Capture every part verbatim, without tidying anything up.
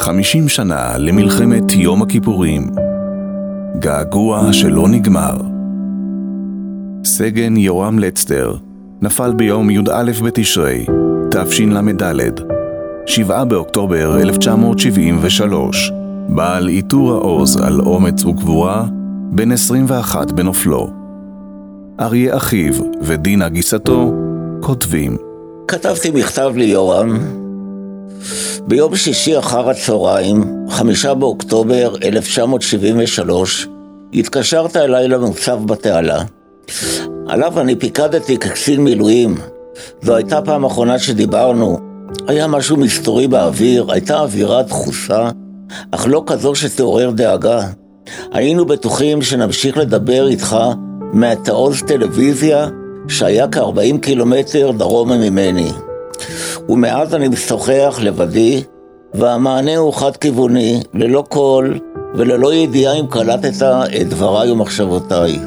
חמישים שנה למלחמת יום הכיפורים. געגוע שלא נגמר. סגן יורם לצטר נפל ביום י"א בתשרי, תשל"ד, שבעה באוקטובר אלף תשע מאות שבעים ושלוש, בעל עיטור העוז על אומץ וגבורה, בן עשרים ואחת בנופלו. אריה אחיו ודינה גיסתו כותבים: כתבתי מכתב ליורם ביום שישי אחר הצהריים, חמישה באוקטובר אלף תשע מאות שבעים ושלוש, התקשרת אליי למוצב בתעלה. עליו אני פיקדתי כקצין מילואים. זו הייתה פעם אחרונה שדיברנו. היה משהו מסתורי באוויר, הייתה אווירה דחוסה, אך לא כזו שתעורר דאגה. היינו בטוחים שנמשיך לדבר איתך מהתעוז טלוויזיה שהיה כ-ארבעים קילומטר דרומה ממני. ומאז אני משוחח לבדי, והמענה הוא חד כיווני, ללא קול וללא ידיעה אם קלטת את דבריי ומחשבותיי.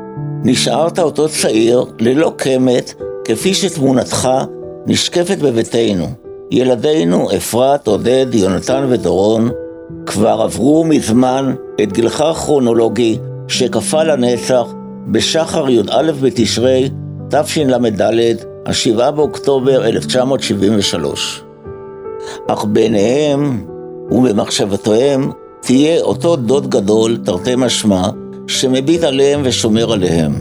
נשארת אותו צעיר ללא קמת, כפי שתמונתך נשקפת בביתנו. ילדינו אפרת, עודד, יונתן ודורון כבר עברו מזמן את גילך הכרונולוגי שכפה לנצח בשחר י"א בתשרי תשל"ד, השבעה באוקטובר אלף תשע מאות שבעים ושלוש. אך ביניהם ובמחשבותיהם תהיה אותו דוד גדול, תרתי משמע, שמביט עליהם ושומר עליהם.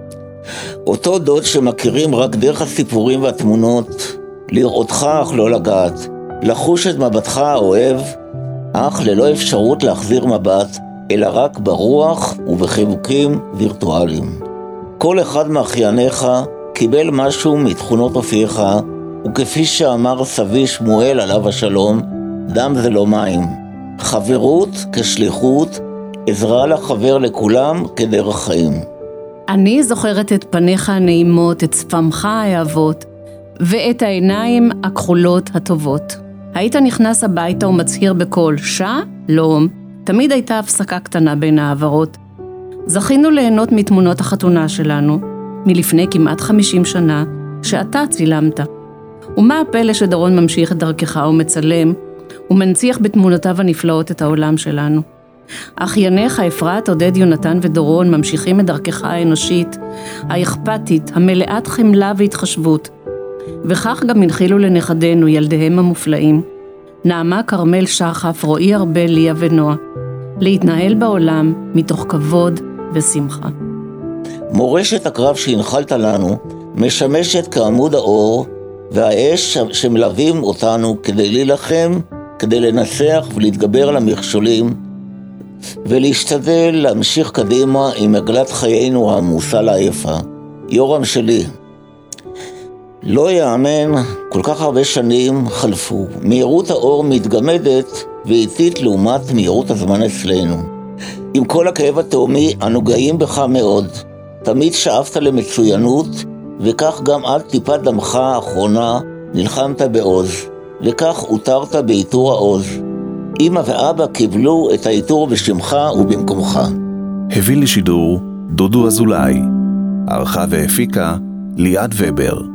אותו דוד שמכירים רק דרך הסיפורים והתמונות, לראותך אך לא לגעת, לחוש את מבטך האוהב, אך ללא אפשרות להחזיר מבט, אלא רק ברוח ובחיבוקים וירטואליים. כל אחד מאחייניך קיבל משהו מתכונות אופייך, וכפי שאמר סבי שמואל עליו השלום, דם זה לא מים. חברות כשליחות, עזרה לחבר לכולם כדרך חיים. אני זוכרת את פניך הנעימות, את שפמך האהבות, ואת העיניים הכחולות הטובות. היית נכנס הביתה ומצהיר בקול, שלום. תמיד הייתה הפסקה קטנה בין העברות. זכינו ליהנות מתמונות החתונה שלנו, מלפני כמעט חמישים שנה, שאתה צילמת. ומה הפלא שדורון ממשיך את דרכך ומצלם, ומנציח בתמונותיו הנפלאות את העולם שלנו. אחייניך אפרת, עודד, יונתן ודורון ממשיכים את דרכך האנושית, האכפתית, המלאת חמלה והתחשבות. וכך גם הנחילו לנכדינו, ילדיהם המופלאים, נעמה, כרמל, שחף, רועי, ארבל, ליה ונועה, להתנהל בעולם מתוך כבוד ושמחה. מורשת הקרב שהנחלת לנו משמשת כעמוד האור והאש שמלווים אותנו כדי להילחם, כדי לנצח ולהתגבר על המכשולים, ולהשתדל להמשיך קדימה עם עגלת חיינו העמוסה לעייפה. יורם שלי, לא יאמן, כל כך הרבה שנים חלפו. מהירות האור מתגמדת ואיטית לעומת מהירות הזמן אצלנו. עם כל הכאב התאומי, אנו גאים בך מאוד. תמיד שאפת למצוינות, וכך גם עד טיפת דמך האחרונה נלחמת בעוז, וכך הותרת בעיטור העוז. אמא ואבא קיבלו את העיטור בשמך ובמקומך. הביא לשידור דודו אזולאי, ערכה והפיקה ליעד ובר.